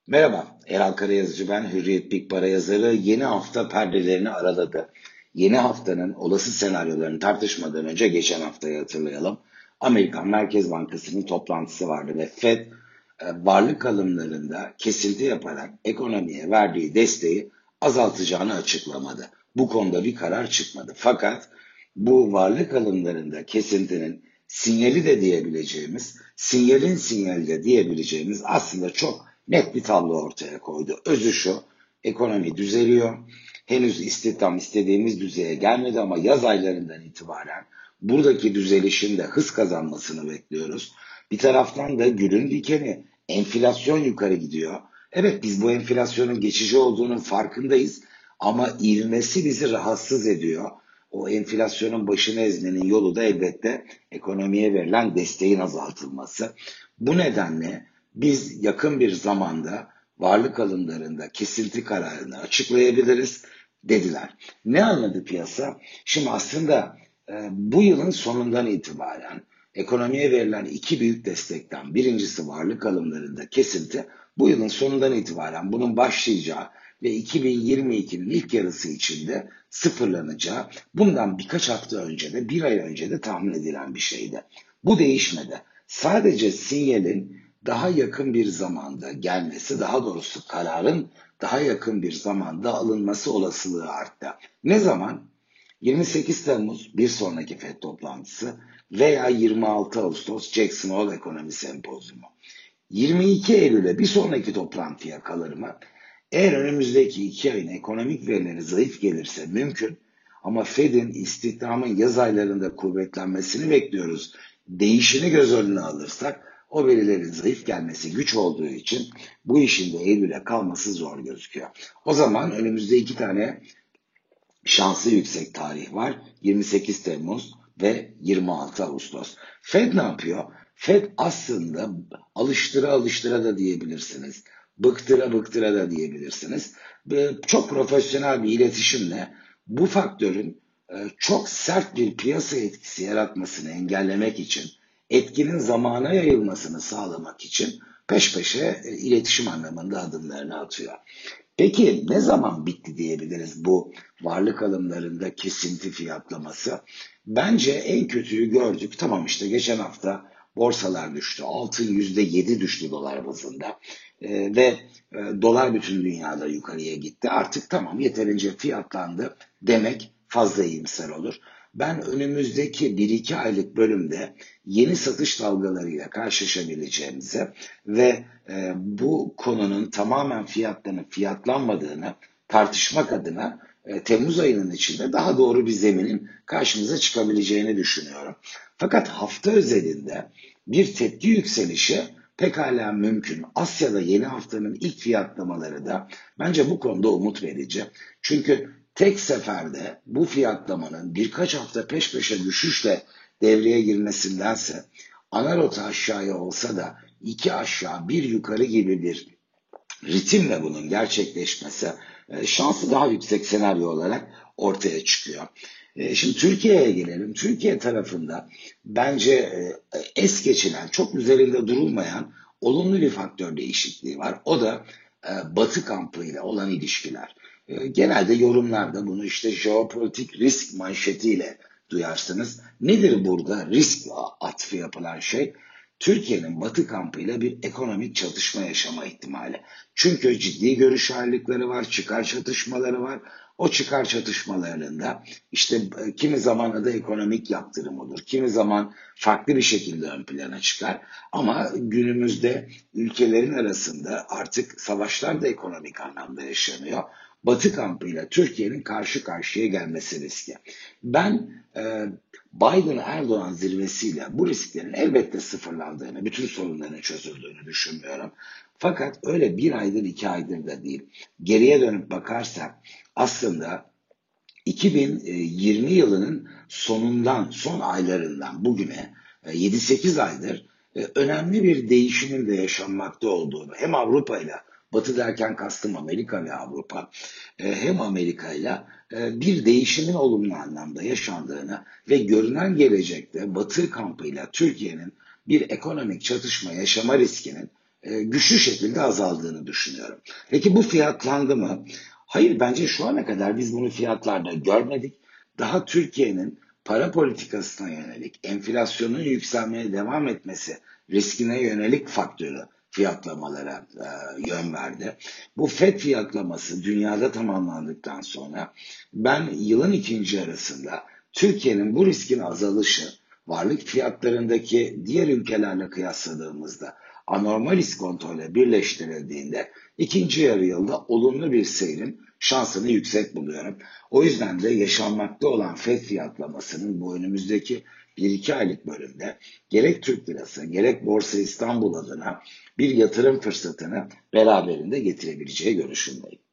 Merhaba, Eral Karayazıcı ben, Hürriyet Big Para yazarı. Yeni hafta perdelerini araladı. Yeni haftanın olası senaryolarını tartışmadan önce geçen haftayı hatırlayalım. Amerikan Merkez Bankası'nın toplantısı vardı ve Fed varlık alımlarında kesinti yaparak ekonomiye verdiği desteği azaltacağını açıklamadı. Bu konuda bir karar çıkmadı. Fakat bu varlık alımlarında kesintinin sinyali de diyebileceğimiz, sinyalin sinyali de diyebileceğimiz aslında çok net bir tablo ortaya koydu. Özü şu, ekonomi düzeliyor. Henüz istihdam istediğimiz düzeye gelmedi ama yaz aylarından itibaren buradaki düzelişin de hız kazanmasını bekliyoruz. Bir taraftan da gülün dikeni, enflasyon yukarı gidiyor. Evet, biz bu enflasyonun geçici olduğunun farkındayız ama ivmesi bizi rahatsız ediyor. O enflasyonun başını ezmenin yolu da elbette ekonomiye verilen desteğin azaltılması. Bu nedenle biz yakın bir zamanda varlık alımlarında kesinti kararını açıklayabiliriz dediler. Ne anladı piyasa? Şimdi aslında bu yılın sonundan itibaren ekonomiye verilen iki büyük destekten birincisi varlık alımlarında kesinti, bu yılın sonundan itibaren bunun başlayacağı ve 2022'nin ilk yarısı içinde sıfırlanacağı bundan birkaç hafta önce de bir ay önce de tahmin edilen bir şeydi. Bu değişmedi. Sadece sinyalin daha yakın bir zamanda gelmesi, daha doğrusu kararın daha yakın bir zamanda alınması olasılığı arttı. Ne zaman? 28 Temmuz bir sonraki FED toplantısı veya 26 Ağustos Jackson Hole Ekonomi Sempozyumu. 22 Eylül'e bir sonraki toplantıya kalır mı? Eğer önümüzdeki 2 ayın ekonomik verileri zayıf gelirse mümkün. Ama Fed'in istihdamın yaz aylarında kuvvetlenmesini bekliyoruz. Değişini göz önüne alırsak o verilerin zayıf gelmesi güç olduğu için bu işin de Eylül'e kalması zor gözüküyor. O zaman önümüzde iki tane şansı yüksek tarih var. 28 Temmuz ve 26 Ağustos. Fed ne yapıyor? Fed aslında alıştıra alıştıra da diyebilirsiniz. Bıktıra bıktıra da diyebilirsiniz. Çok profesyonel bir iletişimle bu faktörün çok sert bir piyasa etkisi yaratmasını engellemek için, etkinin zamana yayılmasını sağlamak için peş peşe iletişim anlamında adımlarını atıyor. Peki ne zaman bitti diyebiliriz bu varlık alımlarında kesinti fiyatlaması? Bence en kötüyü gördük. Tamam, işte geçen hafta borsalar düştü. Altın %7 düştü dolar bazında. Ve dolar bütün dünyada yukarıya gitti. Artık tamam, yeterince fiyatlandı demek fazla iyimser olur. Ben önümüzdeki bir iki aylık bölümde yeni satış dalgalarıyla karşılaşabileceğimize ve bu konunun tamamen fiyatlanıp fiyatlanmadığını tartışmak adına Temmuz ayının içinde daha doğru bir zeminin karşımıza çıkabileceğini düşünüyorum. Fakat hafta özelinde bir tepki yükselişi pekala mümkün. Asya'da yeni haftanın ilk fiyatlamaları da bence bu konuda umut verici. Çünkü tek seferde bu fiyatlamanın birkaç hafta peş peşe düşüşle devreye girmesindense ana rota aşağıya olsa da iki aşağı bir yukarı gibi bir ritimle bunun gerçekleşmesi şansı daha yüksek senaryo olarak ortaya çıkıyor. Şimdi Türkiye'ye gelelim. Türkiye tarafında bence es geçilen, çok üzerinde durulmayan olumlu bir faktör değişikliği var. O da Batı kampıyla olan ilişkiler. Genelde yorumlarda bunu işte jeopolitik risk manşetiyle duyarsınız. Nedir burada risk atfı yapılan şey? Türkiye'nin Batı kampıyla bir ekonomik çatışma yaşama ihtimali. Çünkü ciddi görüş ayrılıkları var, çıkar çatışmaları var. O çıkar çatışmalarında işte kimi zaman adı ekonomik yaptırım olur, kimi zaman farklı bir şekilde ön plana çıkar. Ama günümüzde ülkelerin arasında artık savaşlar da ekonomik anlamda yaşanıyor. Batı kampıyla Türkiye'nin karşı karşıya gelmesi riski. Ben Biden-Erdoğan zirvesiyle bu risklerin elbette sıfırlandığını, bütün sorunların çözüldüğünü düşünmüyorum. Fakat öyle bir aydır, 2 aydır da değil. Geriye dönüp bakarsak aslında 2020 yılının sonundan, son aylarından bugüne 7-8 aydır önemli bir değişimin de yaşanmakta olduğunu, hem Avrupa ile, Batı derken kastım Amerika ve Avrupa, hem Amerika ile bir değişimin olumlu anlamda yaşandığını ve görünen gelecekte Batı kampıyla Türkiye'nin bir ekonomik çatışma yaşama riskinin güçlü şekilde azaldığını düşünüyorum. Peki bu fiyatlandı mı? Hayır, bence şu ana kadar biz bunu fiyatlarda görmedik. Daha Türkiye'nin para politikasına yönelik, enflasyonun yükselmeye devam etmesi riskine yönelik faktörü fiyatlamalara yön verdi. Bu FED fiyatlaması dünyada tamamlandıktan sonra ben yılın ikinci yarısında Türkiye'nin bu riskin azalışı, varlık fiyatlarındaki diğer ülkelerle kıyasladığımızda anormal iskontoyla birleştirildiğinde ikinci yarı yılda olumlu bir seyrin şansını yüksek buluyorum. O yüzden de yaşanmakta olan FED fiyatlamasının bu önümüzdeki 1-2 aylık bölümde gerek Türk lirası gerek Borsa İstanbul adına bir yatırım fırsatını beraberinde getirebileceği görüşündeyim.